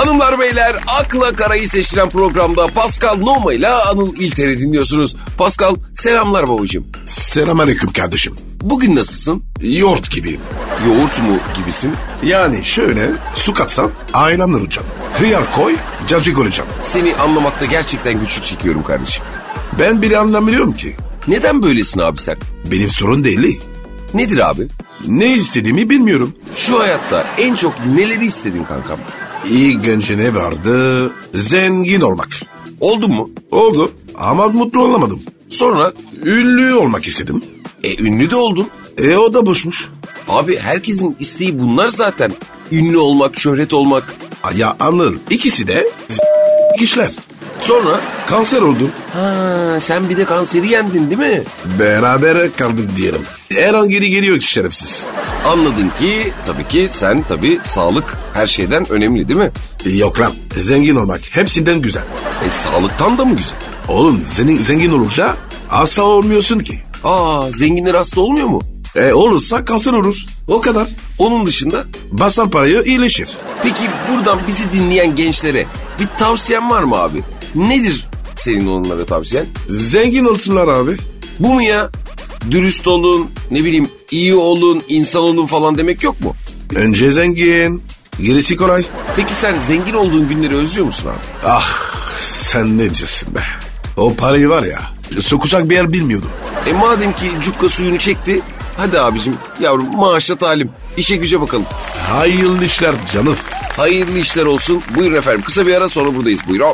Hanımlar beyler, akla karayı seçtiren programda Pascal Numa ile Anıl İlter'i dinliyorsunuz. Pascal, selamlar babacığım. Selamünaleyküm kardeşim. Bugün nasılsın? Yoğurt gibiyim. Yoğurt mu gibisin? Yani şöyle su katsam ayranlanacağım. Hıyar koy cacık olacağım. Seni anlamakta gerçekten güçlük çekiyorum kardeşim. Ben bile anlamıyorum ki. Neden böylesin abi sen? Benim sorun değil. Nedir abi? Ne istediğimi bilmiyorum. Şu hayatta en çok neleri istedin kankam? İyi gence ne vardı? Zengin olmak. Oldun mu? Oldu ama mutlu olamadım. Sonra? Ünlü olmak istedim. Ünlü de oldun. O da boşmuş. Abi herkesin isteği bunlar zaten. Ünlü olmak, şöhret olmak. Ya Anıl, ikisi de işler. Sonra? Kanser oldum. Ha, sen bir de kanseri yendin değil mi? Beraber kaldık diyelim. Her an geri geliyor şerefsiz. Anladın ki sen sağlık her şeyden önemli değil mi? Yok lan, zengin olmak hepsinden güzel. Sağlıktan da mı güzel? Oğlum zengin olunca hasta olmuyorsun ki. Zenginler hasta olmuyor mu? Olursa kanser olur. O kadar. Onun dışında? Basar parayı iyileşir. Peki buradan bizi dinleyen gençlere bir tavsiyen var mı abi? Nedir senin onlara tavsiyen? Zengin olsunlar abi. Bu mu ya? Dürüst olun, iyi olun, insan olun falan demek yok mu? Önce zengin, gerisi kolay. Peki sen zengin olduğun günleri özlüyor musun abi? Sen ne diyorsun be? O parayı var ya, sokacak bir yer bilmiyordum. Madem ki cukka suyunu çekti, hadi abicim yavrum maaşla talim, işe güce bakalım. Hayırlı işler canım. Hayırlı işler olsun. Buyurun efendim, kısa bir ara sonra buradayız. Buyurun.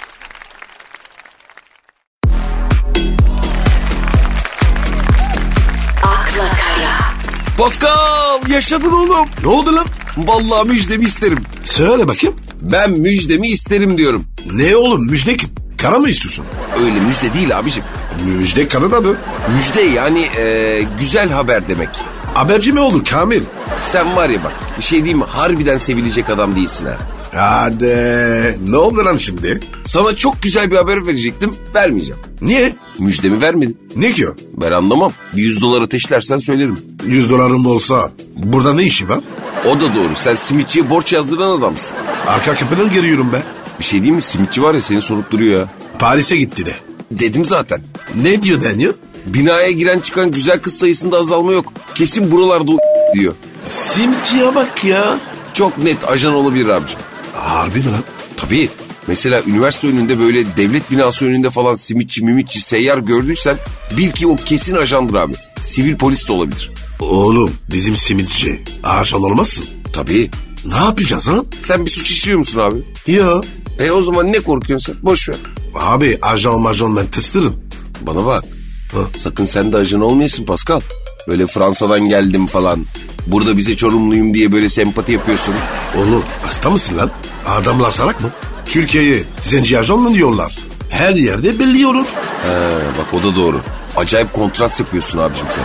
Pascal, yaşadın oğlum. Ne oldu lan? Vallahi müjdemi isterim. Söyle bakayım. Ben müjdemi isterim diyorum. Ne oğlum, müjde kim? Kara mı istiyorsun? Öyle müjde değil abicim. Müjde kadın adı. Müjde yani güzel haber demek. Haberci mi olur Kamil? Sen var ya bak, bir şey diyeyim mi? Harbiden sevilecek adam değilsin ha. Hadi. Ne oldu lan şimdi? Sana çok güzel bir haber verecektim, vermeyeceğim. Niye? Müjdemi vermedin. Ne ki o? Ben anlamam. Bir $100 ateşlersen söylerim. $100 olsa burada ne işi var? O da doğru. Sen simitçiye borç yazdıran adamsın. Arka kapıdan giriyorum be. Bir şey diyeyim mi? Simitçi var ya, seni sorup duruyor ya. Paris'e gitti de. Dedim zaten. Ne diyor Daniel? Binaya giren çıkan güzel kız sayısında azalma yok. Kesin buralarda diyor. Simitçiye bak ya. Çok net ajan olabilir abicim. Harbi mi lan? Tabii. Mesela üniversite önünde böyle devlet binası önünde falan simitçi, seyyar gördüysen bil ki o kesin ajandır abi. Sivil polis de olabilir. Oğlum bizim simitçi ajan olmazsın. Tabii. Ne yapacağız lan? Sen bir suç işliyor musun abi? Yok. O zaman ne korkuyorsun sen? Boş ver. Abi ajan ben tıstırım. Bana bak. Sakın sen de ajan olmayasın Pascal. Böyle Fransa'dan geldim falan. Burada bize Çorumluyum diye böyle sempati yapıyorsun. Oğlum hasta mısın lan? Adamlar salak mı? Türkiye'yi zenci ajan mı diyorlar? Her yerde belli olur. Bak o da doğru. Acayip kontrast yapıyorsun abicim sen.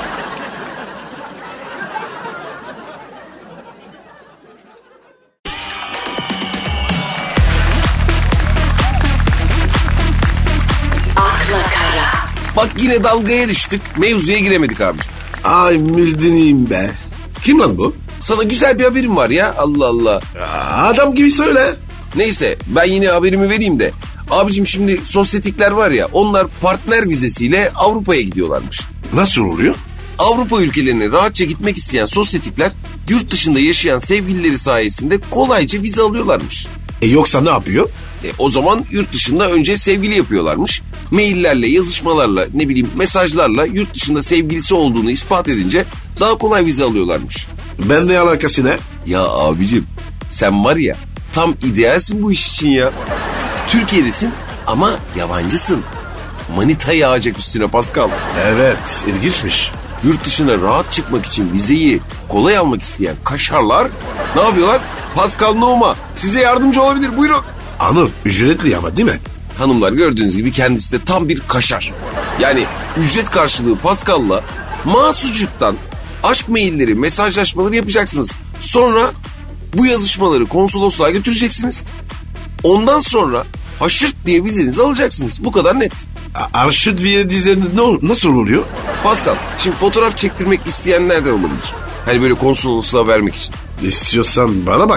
Bak yine dalgaya düştük. Mevzuya giremedik abicim. Ay müjdeniyim be. Kim lan bu? Sana güzel bir haberim var ya. Allah Allah. Adam gibi söyle. Neyse ben yine haberimi vereyim de. Abicim şimdi sosyetikler var ya, onlar partner vizesiyle Avrupa'ya gidiyorlarmış. Nasıl oluyor? Avrupa ülkelerine rahatça gitmek isteyen sosyetikler yurt dışında yaşayan sevgilileri sayesinde kolayca vize alıyorlarmış. Yoksa ne yapıyor? O zaman yurt dışında önce sevgili yapıyorlarmış. Maillerle, yazışmalarla, mesajlarla yurt dışında sevgilisi olduğunu ispat edince daha kolay vize alıyorlarmış. Ben de alakası ne? Ya abicim sen var ya tam idealsin bu iş için ya. Türkiye'desin ama yabancısın. Manita yağacak üstüne Pascal. Evet, ilginçmiş. Yurt dışına rahat çıkmak için vizeyi kolay almak isteyen kaşarlar ne yapıyorlar? Pascal Numa size yardımcı olabilir, buyurun. Anıl ücretli ama değil mi? Hanımlar gördüğünüz gibi kendisi de tam bir kaşar. Yani ücret karşılığı Pascal'la masucuktan aşk mailleri, mesajlaşmaları yapacaksınız. Sonra bu yazışmaları konsolosluğa götüreceksiniz. Ondan sonra haşırt diye vizenizi alacaksınız. Bu kadar net. Arşıt diye dizi nasıl oluyor? Pascal, şimdi fotoğraf çektirmek isteyenler de olabilir. Hani böyle konsolosluğa vermek için. İstiyorsan bana bak.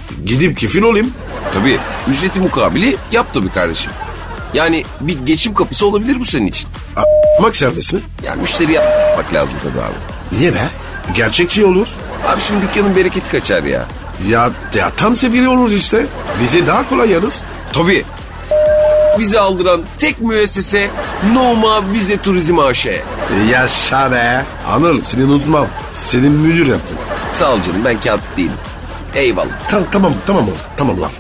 Gidip kefil olayım. Tabii ücreti mukabili yap tabii kardeşim. Yani bir geçim kapısı olabilir bu senin için. Mak serbest mi? Yani müşteri yapmak lazım tabii abi. Niye be? Gerçekçi olur. Abi şimdi dükkanın bereketi kaçar ya. Ya tam sevgili olur işte. Bize daha kolay yarır. Tabii. Vize aldıran tek müessese Noma Vize Turizm AŞ. Yaşa be. Anıl seni unutmam. Senin müdür yaptın. Sağ ol canım, ben katip değilim. Eyvallah. Tamam oldu. Tamam lan.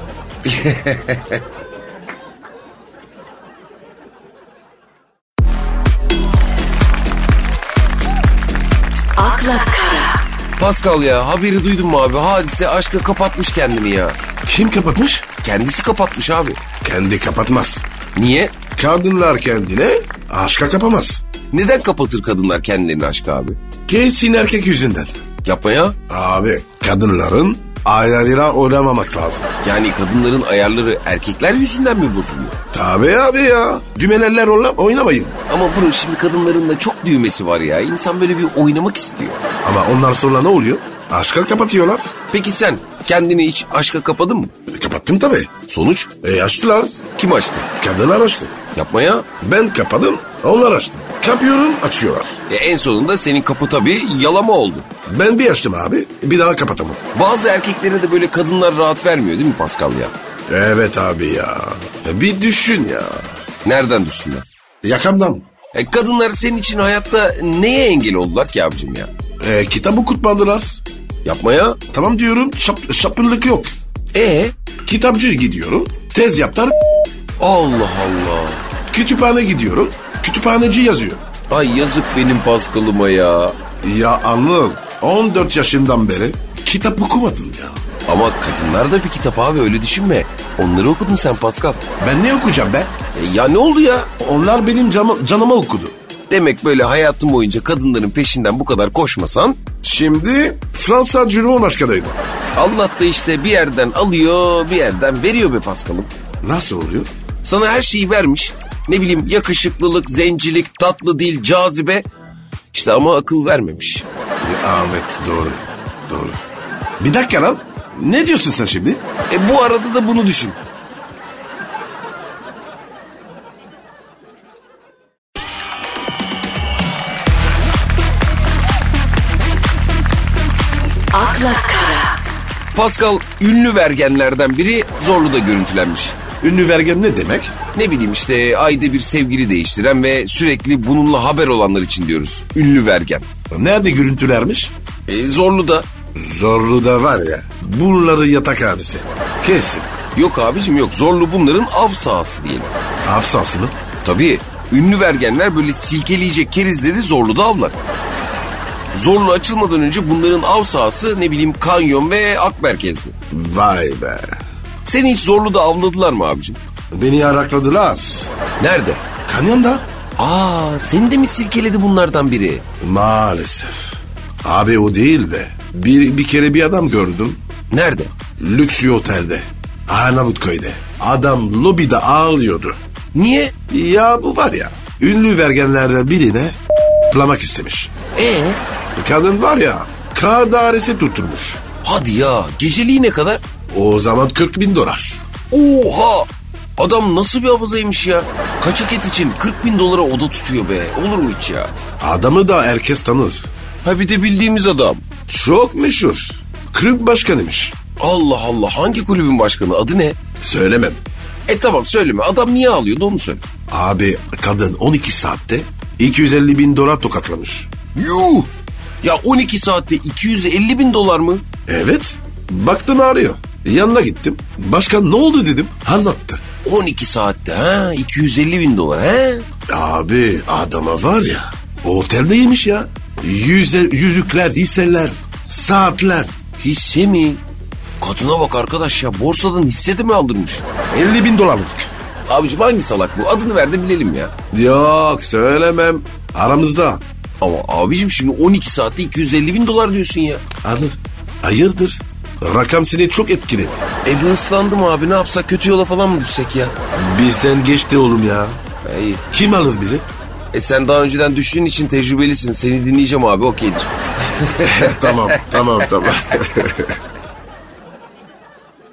Akla Kara. Pascal ya, haberi duydun mu abi? Hadise aşka kapatmış kendini ya. Kim kapatmış? Kendisi kapatmış abi. Kendi kapatmaz. Niye? Kadınlar kendine aşka kapamaz. Neden kapatır kadınlar kendilerini aşka abi? Kesin erkek yüzünden. Yapma ya. Abi kadınların ayarlarıyla oynamamak lazım. Yani kadınların ayarları erkekler yüzünden mi bozuluyor? Tabii abi ya. Dümeneller oynamayın. Ama bunun şimdi kadınların da çok düğmesi var ya. İnsan böyle bir oynamak istiyor. Ama onlar sonra ne oluyor? Aşka kapatıyorlar. Peki sen kendini hiç aşka kapadın mı? Kapattım tabii. Sonuç? Açtılar. Kim açtı? Kadınlar açtı. Yapma ya. Ben kapadım, onlar açtı. Kapıyorum, açıyorlar. En sonunda senin kapı tabii yalama oldu. Ben bir açtım abi, bir daha kapatamam. Bazı erkeklere de böyle kadınlar rahat vermiyor değil mi Pascal ya? Evet abi ya. Bir düşün ya. Nereden düşsünler? Yakamdan. Kadınlar senin için hayatta neye engel oldular ki abicim ya? Kitap okutmadılar. Yapma ya. Tamam diyorum, şapırlık yok. Kitapçıya gidiyorum, tez yaptılar. Allah Allah. Kütüphane gidiyorum, kütüphaneci yazıyor. Ay yazık benim Pascal'ıma ya. Ya Anıl, 14 yaşından beri kitap okumadın ya. Ama kadınlar da bir kitap abi, öyle düşünme. Onları okudun sen Pascal. Ben ne okuyacağım be? Ya ne oldu ya? Onlar benim canıma okudu. Demek böyle hayatım boyunca kadınların peşinden bu kadar koşmasan... Şimdi Fransa Cumhurbaşkanıydı. Allah da işte bir yerden alıyor, bir yerden veriyor be Pascal'ım. Nasıl oluyor? Sana her şeyi vermiş. Ne bileyim, yakışıklılık, zencilik, tatlı dil, cazibe. İşte ama akıl vermemiş. Evet doğru. Bir dakika lan. Ne diyorsun sen şimdi? Bu arada da bunu düşün. Akla Kara. Pascal, ünlü vergenlerden biri Zorlu'da görüntülenmiş. Ünlü vergen ne demek? Ne bileyim işte, ayda bir sevgili değiştiren ve sürekli bununla haber olanlar için diyoruz. Ünlü vergen. Nerede görüntülermiş? Zorlu'da. Zorlu'da var ya, bunları yatakhanesi. Kesin. Yok abicim yok, Zorlu bunların av sahası diyelim. Av sahası mı? Tabii, ünlü vergenler böyle silkeleyecek kerizleri Zorlu'da avlar. Zorlu açılmadan önce bunların av sahası ne bileyim kanyon ve ak merkezli. Vay be. Seni hiç Zorlu'da avladılar mı abicim? Beni arakladılar. Nerede? Kanyonda. Seni de mi silkeledi bunlardan biri? Maalesef. Abi o değil de bir kere bir adam gördüm. Nerede? Lüks bir otelde. Arnavutköy'de. Adam lobide ağlıyordu. Niye? Ya bu var ya, ünlü vergenlerden birine plamak istemiş. Kadın var ya, kar dairesi tutturmuş. Hadi ya, geceliği ne kadar? O zaman 40.000 dolar. Oha! Adam nasıl bir abazaymış ya? Kaçak et için 40.000 dolara oda tutuyor be. Olur mu hiç ya? Adamı da herkes tanır. Ha bir de bildiğimiz adam. Çok meşhur. Kulüp başkanıymış. Allah Allah, hangi kulübün başkanı, adı ne? Söylemem. Tamam söyleme, adam niye ağlıyordu onu söyle. Abi kadın 12 saatte 250.000 dolar tokatlamış. Yuh! Ya 12 saatte 250.000 dolar mı? Evet. Baktım ağrıyor. Yanına gittim. Başkan ne oldu dedim. Anlattı. 12 saatte 250.000 dolar Abi adama var ya, o otelde yemiş ya. Yüzükler, hisseler, saatler. Hisse mi? Kadına bak arkadaş ya, borsadan hisse de mi aldırmış? 50.000 dolarlık. Abicim hangi salak bu? Adını ver de bilelim ya. Yok söylemem. Aramızda. Ama abicim şimdi 12 saatte 250.000 dolar diyorsun ya. Anır. Hayırdır? Rakam seni çok etkiledi. Bir ıslandım abi, ne yapsak, kötü yola falan mı düşsek ya? Bizden geçti oğlum ya. İyi. Kim alır bizi? Sen daha önceden düştüğün için tecrübelisin. Seni dinleyeceğim abi, okeydir. Tamam.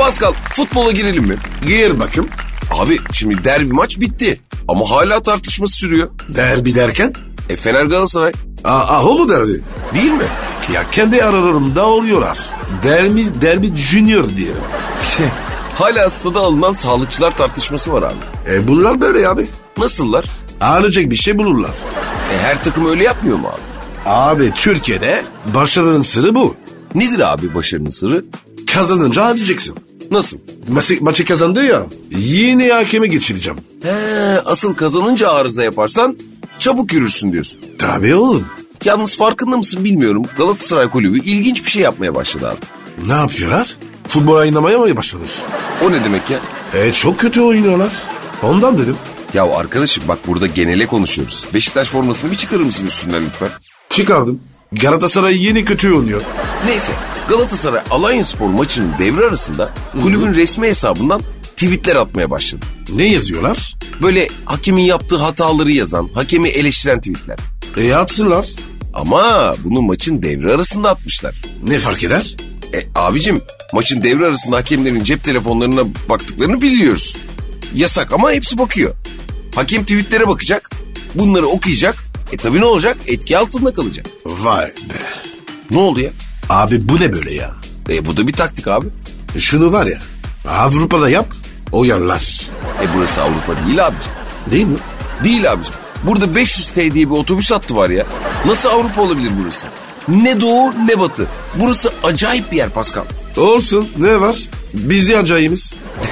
Pascal, futbola girelim mi? Gir bakayım. Abi şimdi derbi maç bitti. Ama hala tartışması sürüyor. Derbi derken? Fener Galatasaray. O mu derbi? Değil mi? Ya kendi aralarında oluyorlar. Derbi junior diyelim. Hala stada alınan sağlıkçılar tartışması var abi. Bunlar böyle abi. Nasıllar? Ağrıyacak bir şey bulurlar. Her takım öyle yapmıyor mu abi? Abi Türkiye'de başarının sırrı bu. Nedir abi başarının sırrı? Kazanınca ağlayacaksın. Nasıl? Maçı kazandı ya. Yine hakeme geçireceğim. Asıl kazanınca arıza yaparsan çabuk yürürsün diyorsun. Tabii oğlum. Yalnız farkında mısın bilmiyorum. Galatasaray kulübü ilginç bir şey yapmaya başladı abi. Ne yapıyorlar? Futbol oynamaya mı başlamış? O ne demek ya? Çok kötü oynuyorlar. Ondan dedim. Ya arkadaşım bak burada genele konuşuyoruz. Beşiktaş formasını bir çıkarır mısın üstünden lütfen? Çıkardım. Galatasaray yeni kötü oynuyor. Neyse Galatasaray Alanyaspor maçının devre arasında kulübün resmi hesabından tweetler atmaya başladı. Ne yazıyorlar? Böyle hakemin yaptığı hataları yazan, hakemi eleştiren tweetler. Atsınlar. Ama bunu maçın devre arasında atmışlar. Ne fark eder? Abicim maçın devre arasında hakemlerin cep telefonlarına baktıklarını biliyoruz. Yasak ama hepsi bakıyor. Hakem tweetlere bakacak, bunları okuyacak. Tabii ne olacak? Etki altında kalacak. Vay be. Ne oldu ya? Abi bu ne böyle ya? Bu da bir taktik abi. Şunu var ya, Avrupa'da yap, uyarlar. Burası Avrupa değil abicim. Değil mi? Değil abicim. Burada 500T diye bir otobüs hattı var ya. Nasıl Avrupa olabilir burası? Ne doğu ne batı. Burası acayip bir yer Pascal. Olsun, ne var? Biz de acayimiz.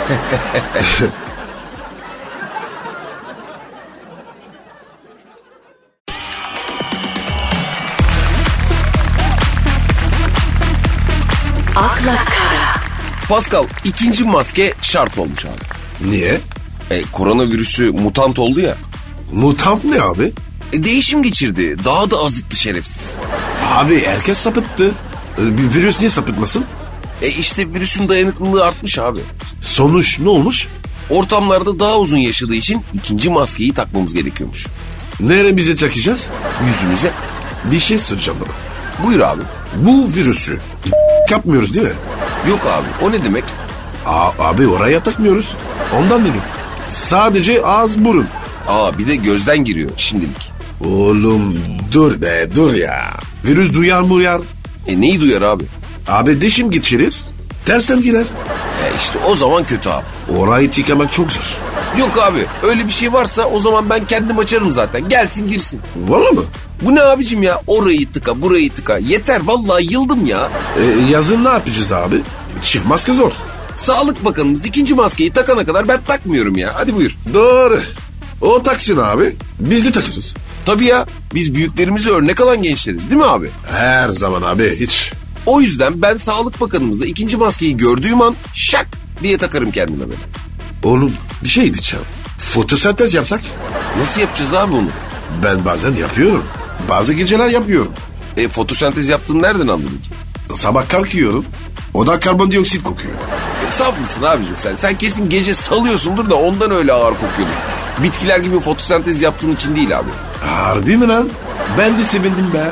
Akla Kara. Pascal, ikinci maske şart olmuş abi. Niye? Koronavirüsü mutant oldu ya. Mutant ne abi? Değişim geçirdi. Daha da azıttı şerefsiz. Abi herkes sapıttı. Bir virüs niye sapıtmasın? İşte virüsün dayanıklılığı artmış abi. Sonuç ne olmuş? Ortamlarda daha uzun yaşadığı için ikinci maskeyi takmamız gerekiyormuş. Neremize çakacağız? Yüzümüze. Bir şey soracağım bana. Buyur abi. Bu virüsü kapmıyoruz değil mi? Yok abi, o ne demek? Abi oraya takmıyoruz. Ondan dedim. Sadece ağız burun. Bir de gözden giriyor şimdilik. Oğlum dur ya. Virüs duyar mı uyar? Neyi duyar abi? Abi dişim geçirir. Tersten girer. İşte o zaman kötü abi. Orayı tıkamak çok zor. Yok abi, öyle bir şey varsa o zaman ben kendim açarım zaten. Gelsin girsin. Vallahi mı? Bu ne abicim ya? Orayı tıka, burayı tıka. Yeter vallahi yıldım ya. Yazın ne yapacağız abi? Çift maske zor. Sağlık Bakanımız ikinci maskeyi takana kadar ben takmıyorum ya. Hadi buyur. Doğru. O taksın abi. Biz de takırız. Tabii ya. Biz büyüklerimize örnek alan gençleriz değil mi abi? Her zaman abi hiç. O yüzden ben Sağlık Bakanımızda ikinci maskeyi gördüğüm an şak diye takarım kendime böyle. Oğlum bir şey diyeceğim. Fotosentez yapsak? Nasıl yapacağız abi onu? Ben bazen yapıyorum. Bazı geceler yapıyorum. Fotosentez yaptığını nereden anladın ki? Sabah kalkıyorum. O da karbondioksit kokuyor. Saf mısın abicim sen? Sen kesin gece salıyorsundur da ondan öyle ağır kokuyordur. Bitkiler gibi fotosentez yaptığın için değil abi. Harbi mi lan? Ben de sevindim be.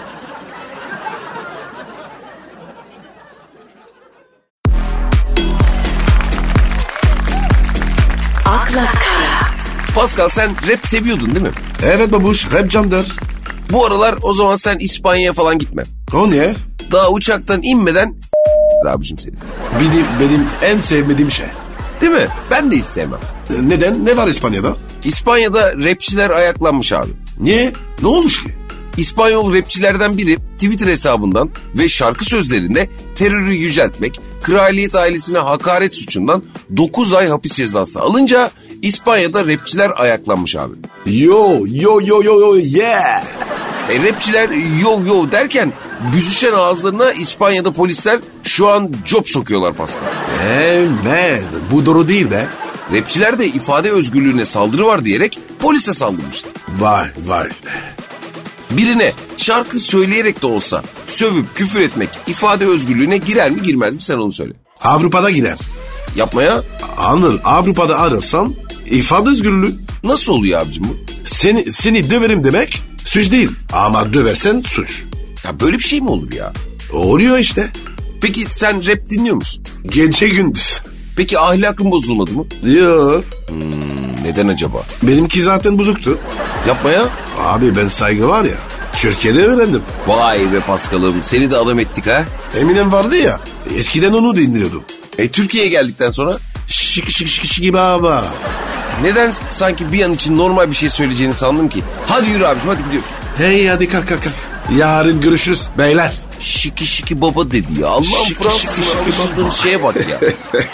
Akla Kara. Pascal sen rap seviyordun değil mi? Evet babuş, rap candır. Bu aralar o zaman sen İspanya'ya falan gitme. O niye? Daha uçaktan inmeden abicim seni. Benim en sevmediğim şey. Değil mi? Ben de hiç sevmem. Neden? Ne var İspanya'da? İspanya'da rapçiler ayaklanmış abi. Niye? Ne olmuş ki? İspanyol rapçilerden biri Twitter hesabından ve şarkı sözlerinde terörü yüceltmek, kraliyet ailesine hakaret suçundan 9 ay hapis cezası alınca İspanya'da rapçiler ayaklanmış abi. Yo yeah. Rapçiler yo derken büzüşen ağızlarına İspanya'da polisler şu an cop sokuyorlar Pascal. Evet, bu doğru değil be. Rapçiler de ifade özgürlüğüne saldırı var diyerek polise saldırmışlar. Vay. Birine şarkı söyleyerek de olsa sövüp küfür etmek ifade özgürlüğüne girer mi girmez mi sen onu söyle. Avrupa'da gider. Yapma ya. Anıl, Avrupa'da ararsan ifade özgürlüğü. Nasıl oluyor abicim bu? Seni döverim demek suç değil. Ama döversen suç. Ya böyle bir şey mi olur ya? Oluyor işte. Peki sen rap dinliyor musun? Gece gündüz. Peki ahlakın bozulmadı mı? Yok. Neden acaba? Benimki zaten bozuktu. Yapma ya. Abi ben saygı var ya. Türkiye'de öğrendim. Vay be Paskal'ım, seni de adam ettik ha. Eminem vardı ya. Eskiden onu da indiriyordum. Türkiye'ye geldikten sonra Şık şık şık şık baba. neden sanki bir an için normal bir şey söyleyeceğini sandım ki? Hadi yürü abicim, hadi gidiyoruz. Hey hadi kalk kalk kalk. Yarın görüşürüz beyler. Şiki şiki baba dedi ya. Allah'ım, Şiki Fransız'ın şiki alıştırdığımız şeye bak ya.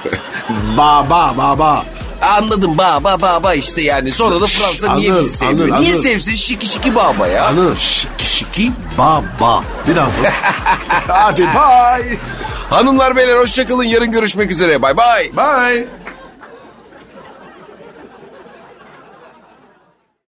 Baba. Anladım, baba işte yani. Sonra da Fransa niye Anladım, bizi sevmiyor? anladım, Niye anladım. sevsin şiki şiki baba ya? Anladın? Şiki şiki baba. Bir daha sonra. Hadi bye. Hanımlar beyler hoşçakalın, yarın görüşmek üzere, bay bay. Bye.